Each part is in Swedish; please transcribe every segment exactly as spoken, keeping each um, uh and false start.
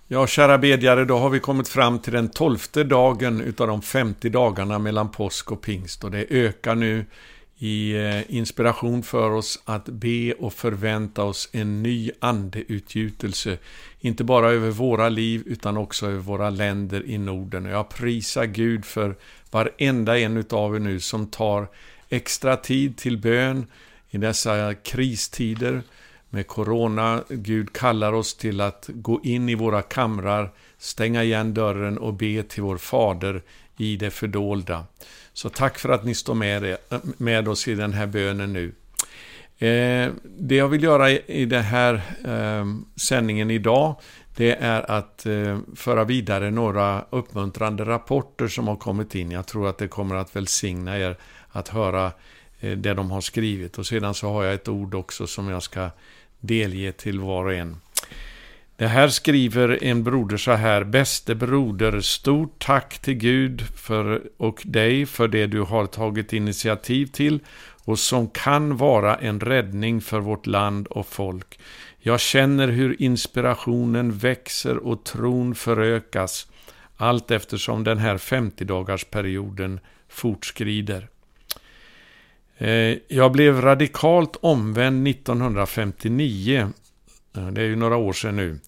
Ja, kära bedjare, då har vi kommit fram till den tolfte dagen utav de femtio dagarna mellan påsk och pingst. Och det ökar nu i inspiration för oss att be och förvänta oss en ny andeutgjutelse. Inte bara över våra liv utan också över våra länder i Norden. Och jag prisar Gud för varenda en utav er nu som tar extra tid till bön i dessa kristider. Med corona, Gud kallar oss till att gå in i våra kamrar, stänga igen dörren och be till vår fader i det fördolda. Så tack för att ni står med, med oss i den här bönen nu. Eh, det jag vill göra i, i den här eh, sändningen idag, det är att eh, föra vidare några uppmuntrande rapporter som har kommit in. Jag tror att det kommer att välsigna er att höra eh, det de har skrivit. Och sedan så har jag ett ord också som jag ska delge till var och en. Det här skriver en broder så här: bäste broder, stort tack till Gud för, och dig för det du har tagit initiativ till och som kan vara en räddning för vårt land och folk. Jag känner hur inspirationen växer och tron förökas allt eftersom den här femtio-dagarsperioden fortskrider. Jag blev radikalt omvänd nittonhundrafemtionio, det är ju några år sedan nu,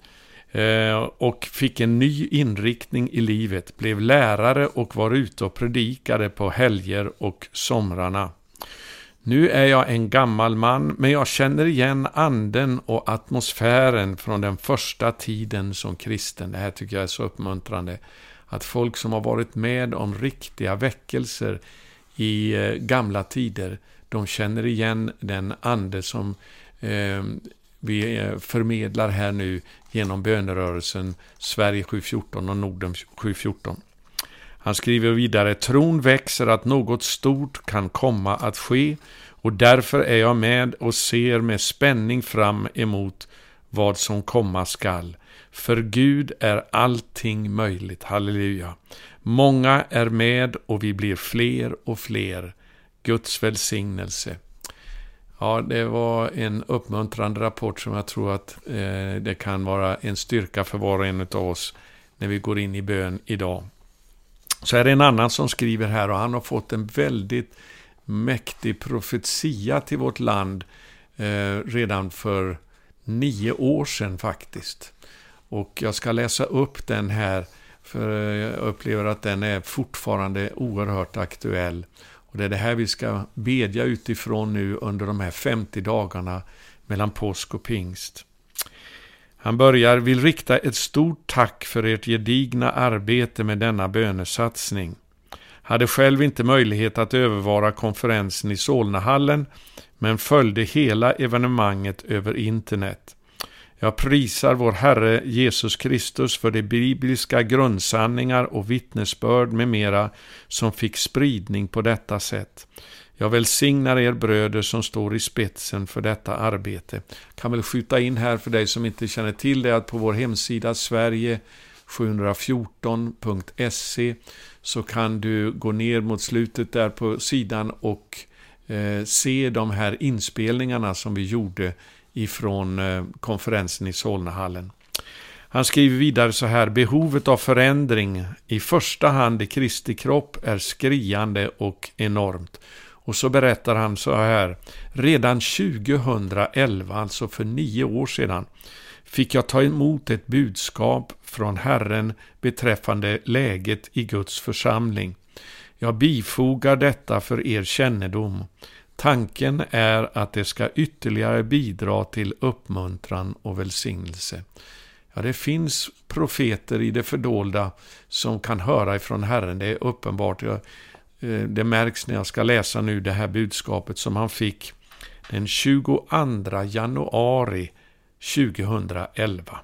och fick en ny inriktning i livet, blev lärare och var ute och predikade på helger och somrarna. Nu är jag en gammal man, men jag känner igen anden och atmosfären från den första tiden som kristen. Det här tycker jag är så uppmuntrande, att folk som har varit med om riktiga väckelser i eh, gamla tider, de känner igen den ande som eh, vi eh, förmedlar här nu genom bönerörelsen Sverige sju fjorton och Norden sju fjorton. Han skriver vidare: tron växer att något stort kan komma att ske och därför är jag med och ser med spänning fram emot vad som komma skall. För Gud är allting möjligt, halleluja. Många är med och vi blir fler och fler. Guds välsignelse. Ja, det var en uppmuntrande rapport som jag tror att eh, det kan vara en styrka för var och en av oss när vi går in i bön idag. Så är det en annan som skriver här och han har fått en väldigt mäktig profetia till vårt land eh, redan för nio år sedan faktiskt. Och jag ska läsa upp den här för jag upplever att den är fortfarande oerhört aktuell. Och det är det här vi ska bedja utifrån nu under de här femtio dagarna mellan påsk och pingst. Han börjar: vill rikta ett stort tack för ert gedigna arbete med denna bönesatsning. Hade själv inte möjlighet att övervara konferensen i Solnahallen, men följde hela evenemanget över internet. Jag prisar vår Herre Jesus Kristus för de bibliska grundsanningar och vittnesbörd med mera som fick spridning på detta sätt. Jag välsignar er bröder som står i spetsen för detta arbete. Kan väl skjuta in här för dig som inte känner till det att på vår hemsida Sverige sju fjorton punkt se så kan du gå ner mot slutet där på sidan och eh, se de här inspelningarna som vi gjorde ifrån eh, konferensen i Solnahallen. Han skriver vidare så här: behovet av förändring i första hand i Kristi kropp är skriande och enormt. Och så berättar han så här: redan tjugohundraelva, alltså för nio år sedan, fick jag ta emot ett budskap från Herren beträffande läget i Guds församling. Jag bifogar detta för er kännedom. Tanken är att det ska ytterligare bidra till uppmuntran och välsignelse. Ja, det finns profeter i det fördolda som kan höra ifrån Herren. Det är uppenbart. Jag, det märks när jag ska läsa nu det här budskapet som han fick den tjugoandra januari tjugohundraelva.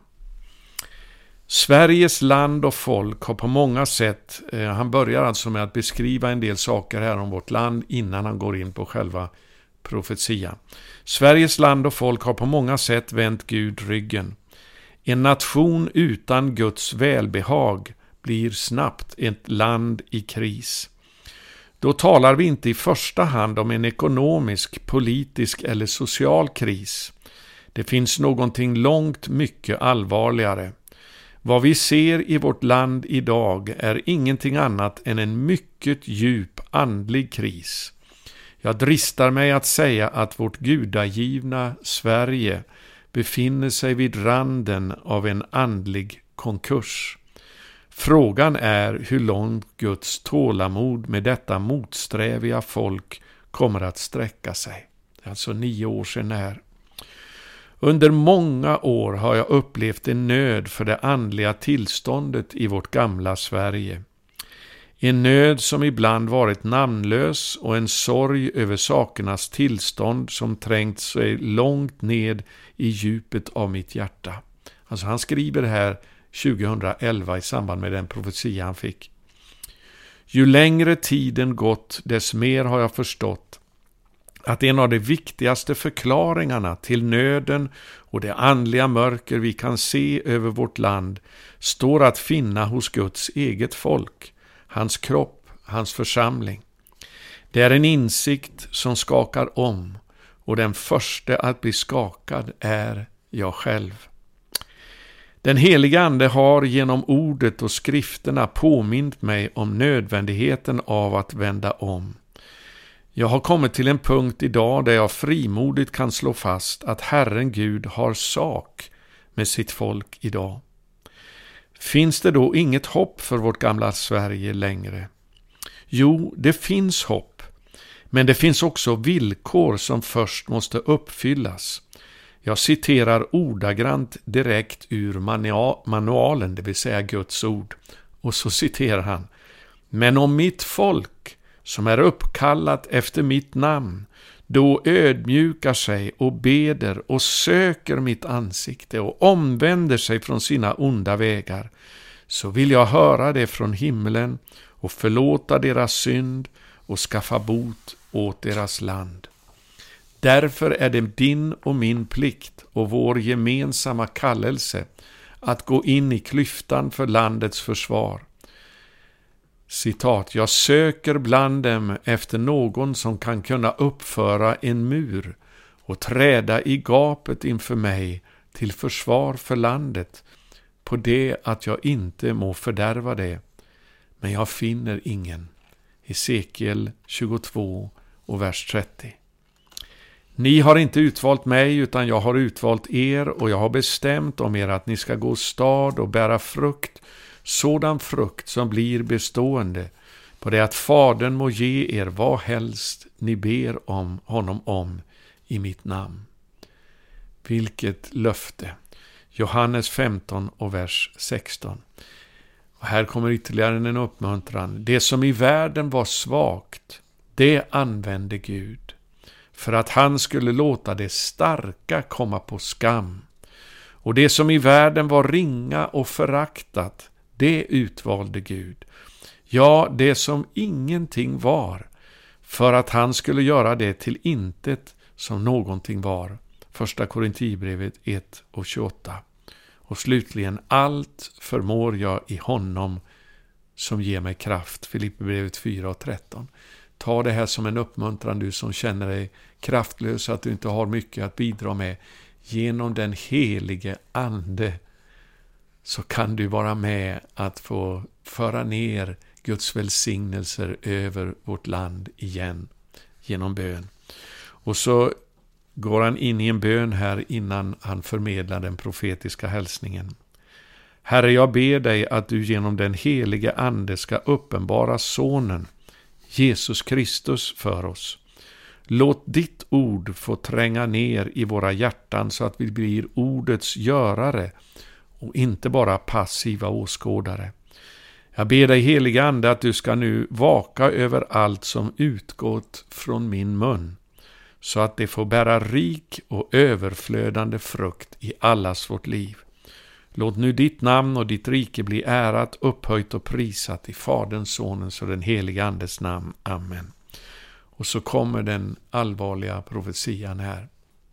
Sveriges land och folk har på många sätt, eh, han börjar alltså med att beskriva en del saker här om vårt land innan han går in på själva profetia. Sveriges land och folk har på många sätt vänt Gud ryggen. En nation utan Guds välbehag blir snabbt ett land i kris. Då talar vi inte i första hand om en ekonomisk, politisk eller social kris. Det finns någonting långt mycket allvarligare. Vad vi ser i vårt land idag är ingenting annat än en mycket djup andlig kris. Jag dristar mig att säga att vårt gudagivna Sverige befinner sig vid randen av en andlig konkurs. Frågan är hur långt Guds tålamod med detta motsträviga folk kommer att sträcka sig. Alltså nio år sedan här. Under många år har jag upplevt en nöd för det andliga tillståndet i vårt gamla Sverige. En nöd som ibland varit namnlös och en sorg över sakernas tillstånd som trängt sig långt ned i djupet av mitt hjärta. Alltså han skriver här tjugohundraelva i samband med den profetia han fick. Ju längre tiden gått, dess mer har jag förstått att en av de viktigaste förklaringarna till nöden och det andliga mörker vi kan se över vårt land står att finna hos Guds eget folk, hans kropp, hans församling. Det är en insikt som skakar om, och den första att bli skakad är jag själv. Den heliga ande har genom ordet och skrifterna påmint mig om nödvändigheten av att vända om. Jag har kommit till en punkt idag där jag frimodigt kan slå fast att Herren Gud har sak med sitt folk idag. Finns det då inget hopp för vårt gamla Sverige längre? Jo, det finns hopp, men det finns också villkor som först måste uppfyllas. Jag citerar ordagrant direkt ur manualen, det vill säga Guds ord. Och så citerar han: Men om mitt folk, som är uppkallat efter mitt namn, då ödmjukar sig och beder och söker mitt ansikte och omvänder sig från sina onda vägar, så vill jag höra det från himlen och förlåta deras synd och skaffa bot åt deras land. Därför är det din och min plikt och vår gemensamma kallelse att gå in i klyftan för landets försvar. Citat: Jag söker bland dem efter någon som kan kunna uppföra en mur och träda i gapet inför mig till försvar för landet, på det att jag inte må fördärva det. Men jag finner ingen. Hesekiel tjugotvå och vers trettio. Ni har inte utvalt mig, utan jag har utvalt er, och jag har bestämt om er att ni ska gå stad och bära frukt, sådan frukt som blir bestående, på det att Fadern må ge er vad helst ni ber om honom om i mitt namn. Vilket löfte! Johannes femton och vers sexton. Och här kommer ytterligare en uppmuntran. Det som i världen var svagt, det använde Gud, för att han skulle låta det starka komma på skam. Och det som i världen var ringa och föraktat, det utvalde Gud. Ja, det som ingenting var, för att han skulle göra det till intet som någonting var. Första Korinthierbrevet ett och tjugoåtta. Och slutligen, allt förmår jag i honom som ger mig kraft. Filipperbrevet fyra och tretton. Ta det här som en uppmuntran, du som känner dig kraftlös, att du inte har mycket att bidra med. Genom den helige ande så kan du vara med att få föra ner Guds välsignelser över vårt land igen genom bön. Och så går han in i en bön här innan han förmedlar den profetiska hälsningen. Herre, jag ber dig att du genom den helige ande ska uppenbara sonen, Jesus Kristus, för oss. Låt ditt ord få tränga ner i våra hjärtan så att vi blir ordets görare och inte bara passiva åskådare. Jag ber dig, helige ande, att du ska nu vaka över allt som utgått från min mun, så att det får bära rik och överflödande frukt i allas vårt liv. Låt nu ditt namn och ditt rike bli ärat, upphöjt och prisat i Faderns, Sonens och den helige Andes namn. Amen. Och så kommer den allvarliga profetian här.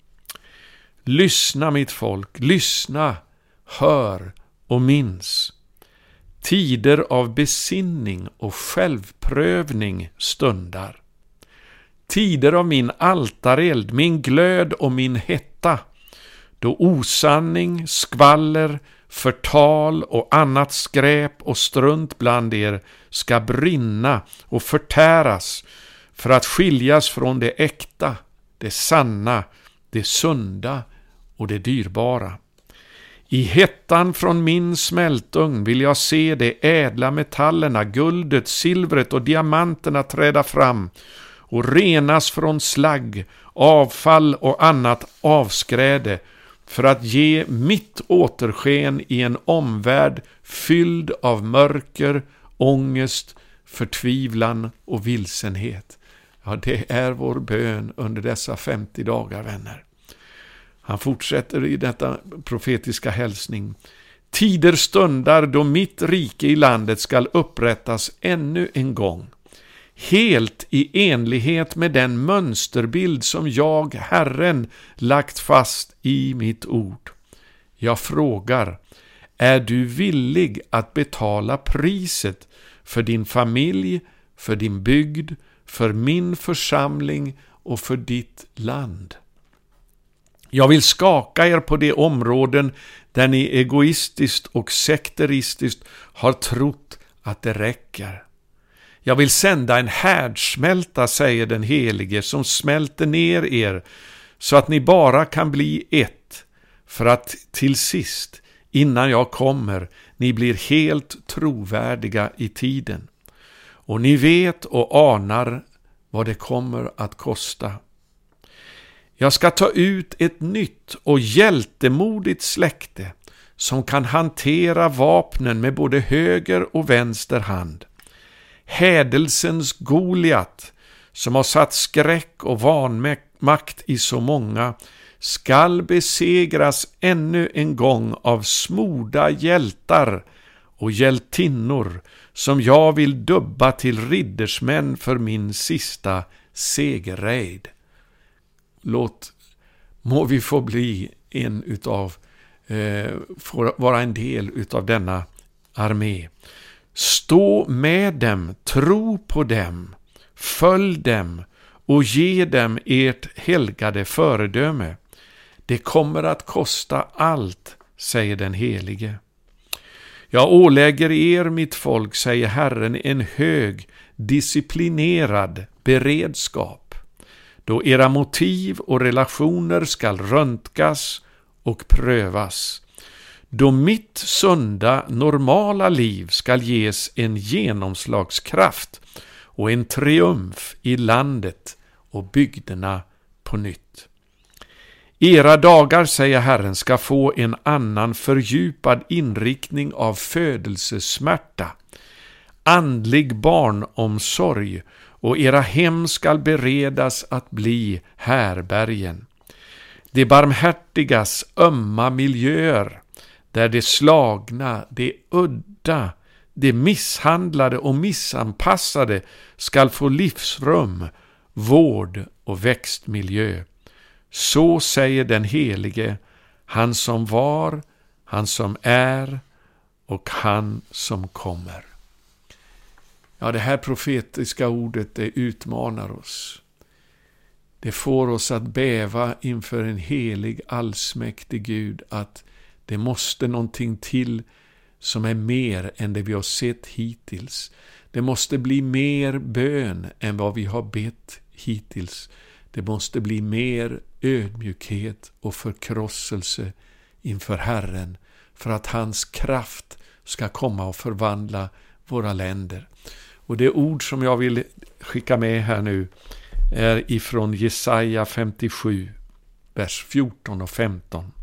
Lyssna, mitt folk, lyssna, hör och minns. Tider av besinning och självprövning stundar. Tider av min altareld, min glöd och min hetta, då osanning, skvaller, förtal och annat skräp och strunt bland er ska brinna och förtäras för att skiljas från det äkta, det sanna, det sunda och det dyrbara. I hettan från min smältugn vill jag se de ädla metallerna, guldet, silvret och diamanterna träda fram och renas från slagg, avfall och annat avskräde för att ge mitt återsken i en omvärld fylld av mörker, ångest, förtvivlan och vilsenhet. Ja, det är vår bön under dessa femtio dagar, vänner. Han fortsätter i detta profetiska hälsning. Tider stundar då mitt rike i landet skall upprättas ännu en gång. Helt i enlighet med den mönsterbild som jag, Herren, lagt fast i mitt ord. Jag frågar, är du villig att betala priset för din familj, för din bygd, för min församling och för ditt land? Jag vill skaka er på de områden där ni egoistiskt och sekteristiskt har trott att det räcker. Jag vill sända en härdsmälta, säger den helige, som smälter ner er så att ni bara kan bli ett, för att till sist, innan jag kommer, ni blir helt trovärdiga i tiden. Och ni vet och anar vad det kommer att kosta. Jag ska ta ut ett nytt och hjältemodigt släkte som kan hantera vapnen med både höger och vänster hand. Hädelsens Goliat, som har satt skräck och vanmakt i så många, skall besegras ännu en gång av smorda hjältar och hjältinnor som jag vill dubba till riddersmän för min sista segerrejd. Låt, må vi få bli en utav, eh, få vara en del utav denna armé. Stå med dem, tro på dem, följ dem och ge dem ert helgade föredöme. Det kommer att kosta allt, säger den helige. Jag ålägger er, mitt folk, säger Herren, en hög, disciplinerad beredskap, då era motiv och relationer skall röntgas och prövas. Då mitt sunda, normala liv skall ges en genomslagskraft och en triumf i landet och bygderna på nytt. Era dagar, säger Herren, ska få en annan fördjupad inriktning av födelsesmärta, andlig barnomsorg, och era hem skall beredas att bli härbergen. De barmhärtigas ömma miljöer, där de slagna, de udda, de misshandlade och missanpassade skall få livsrum, vård och växtmiljö. Så säger den helige, han som var, han som är och han som kommer. Ja, det här profetiska ordet, det utmanar oss. Det får oss att bäva inför en helig, allsmäktig Gud, att det måste någonting till som är mer än det vi har sett hittills. Det måste bli mer bön än vad vi har bett hittills. Det måste bli mer ödmjukhet och förkrosselse inför Herren, för att hans kraft ska komma och förvandla våra länder. Och det ord som jag vill skicka med här nu är ifrån Jesaja femtiosju, vers fjorton och femton.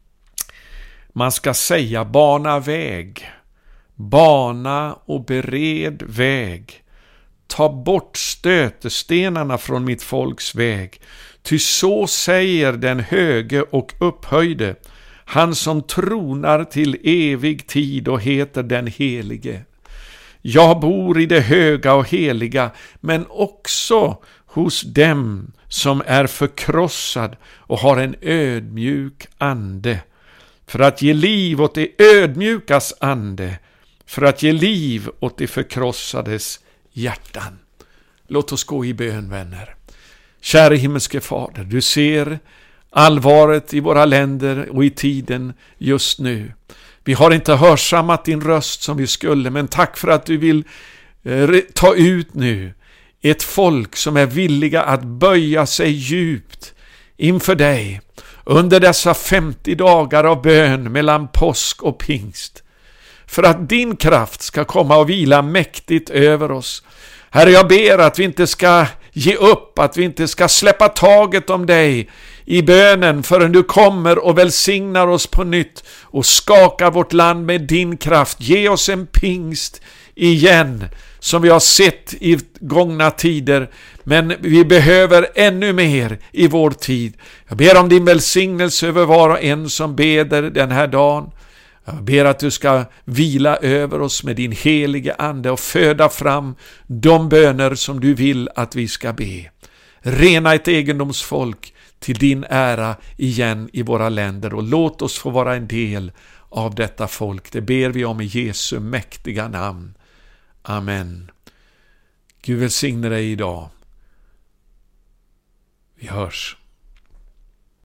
Man ska säga, bana väg, bana och bered väg. Ta bort stötestenarna från mitt folks väg. Ty så säger den höge och upphöjde, han som tronar till evig tid och heter den helige. Jag bor i det höga och heliga, men också hos dem som är förkrossad och har en ödmjuk ande, för att ge liv åt det ödmjukas ande, för att ge liv åt det förkrossades hjärtan. Låt oss gå i bön, vänner. Kära himmelske Fader, du ser allvaret i våra länder och i tiden just nu. Vi har inte hörsammat din röst som vi skulle, men tack för att du vill eh, ta ut nu ett folk som är villiga att böja sig djupt inför dig under dessa femtio dagar av bön mellan påsk och pingst. För att din kraft ska komma och vila mäktigt över oss. Herre, jag ber att vi inte ska ge upp, att vi inte ska släppa taget om dig i bönen förrän du kommer och välsignar oss på nytt och skakar vårt land med din kraft. Ge oss en pingst igen som vi har sett i gångna tider, men vi behöver ännu mer i vår tid. Jag ber om din välsignelse över var och en som beder den här dagen. Jag ber att du ska vila över oss med din helige ande och föda fram de böner som du vill att vi ska be. Rena ett egendomsfolk till din ära igen i våra länder och låt oss få vara en del av detta folk. Det ber vi om i Jesu mäktiga namn. Amen. Gud välsigne dig idag. Vi hörs.